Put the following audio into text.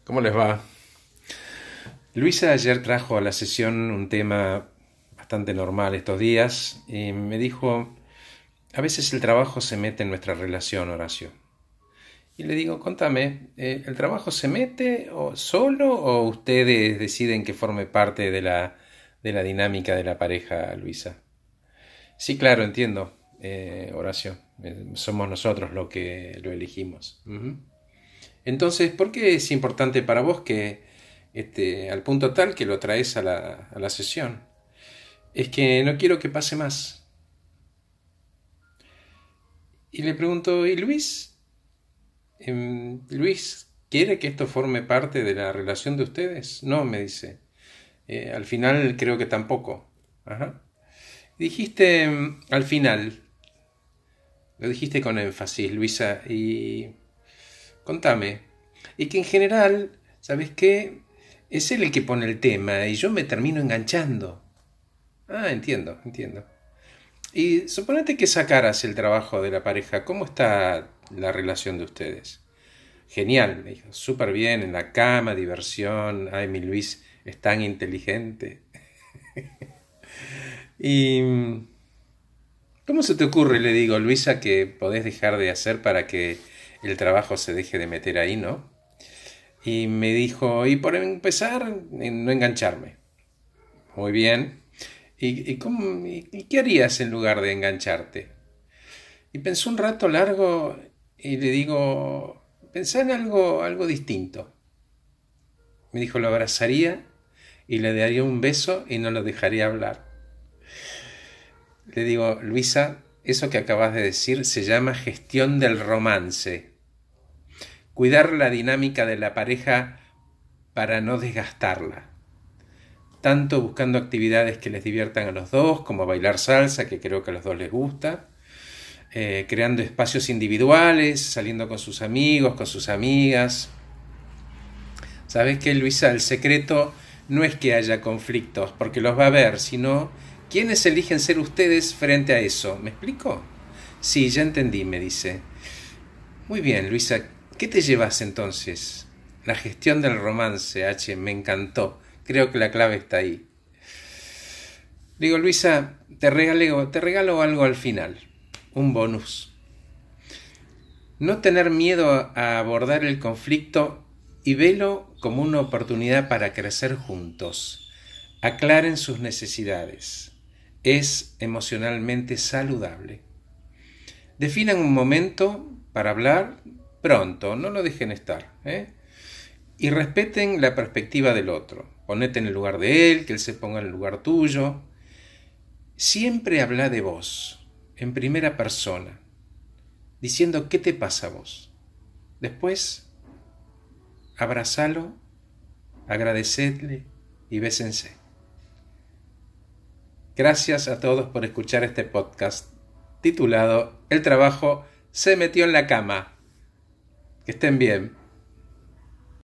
¿Cómo les va? Luisa ayer trajo a la sesión un tema bastante normal estos días y me dijo, a veces el trabajo se mete en nuestra relación, Horacio. Y le digo, contame, ¿el trabajo se mete o solo o ustedes deciden que forme parte de la dinámica de la pareja, Luisa? Sí, claro, entiendo, Horacio. Somos nosotros los que lo elegimos. Ujú. Entonces, ¿por qué es importante para vos que, al punto tal que lo traes a la sesión? Es que no quiero que pase más. Y le pregunto, ¿y Luis? ¿Luis quiere que esto forme parte de la relación de ustedes? No, me dice. Al final creo que tampoco. Ajá. Dijiste al final, lo dijiste con énfasis, Luisa, y contame. Y que en general, ¿sabes qué? Es él el que pone el tema y yo me termino enganchando. Ah, entiendo, entiendo. Y suponete que sacaras el trabajo de la pareja, ¿cómo está la relación de ustedes? Genial, me dijo, súper bien, en la cama, diversión, ay, mi Luis es tan inteligente. ¿Y cómo se te ocurre, le digo, Luisa, que podés dejar de hacer para que el trabajo se deje de meter ahí, ¿no? Y me dijo, y por empezar, no engancharme. Muy bien. ¿Y qué harías en lugar de engancharte? Y pensó un rato largo y le digo, pensá en algo distinto. Me dijo, lo abrazaría y le daría un beso y no lo dejaría hablar. Le digo, Luisa, eso que acabas de decir se llama gestión del romance. Cuidar la dinámica de la pareja para no desgastarla. Tanto buscando actividades que les diviertan a los dos, como bailar salsa, que creo que a los dos les gusta, creando espacios individuales, saliendo con sus amigos, con sus amigas. ¿Sabes qué, Luisa? El secreto no es que haya conflictos, porque los va a haber, sino quiénes eligen ser ustedes frente a eso. ¿Me explico? Sí, ya entendí, me dice. Muy bien, Luisa, ¿qué te llevas entonces? La gestión del romance, H, me encantó. Creo que la clave está ahí. Digo, Luisa, te regalo algo al final, un bonus. No tener miedo a abordar el conflicto y velo como una oportunidad para crecer juntos. Aclaren sus necesidades. Es emocionalmente saludable. Definan un momento para hablar pronto, no lo dejen estar, ¿eh? Y respeten la perspectiva del otro. Ponete en el lugar de él, que él se ponga en el lugar tuyo. Siempre habla de vos, en primera persona, diciendo qué te pasa a vos. Después, abrazalo, agradecedle y bésense. Gracias a todos por escuchar este podcast titulado El trabajo se metió en la cama. Que estén bien.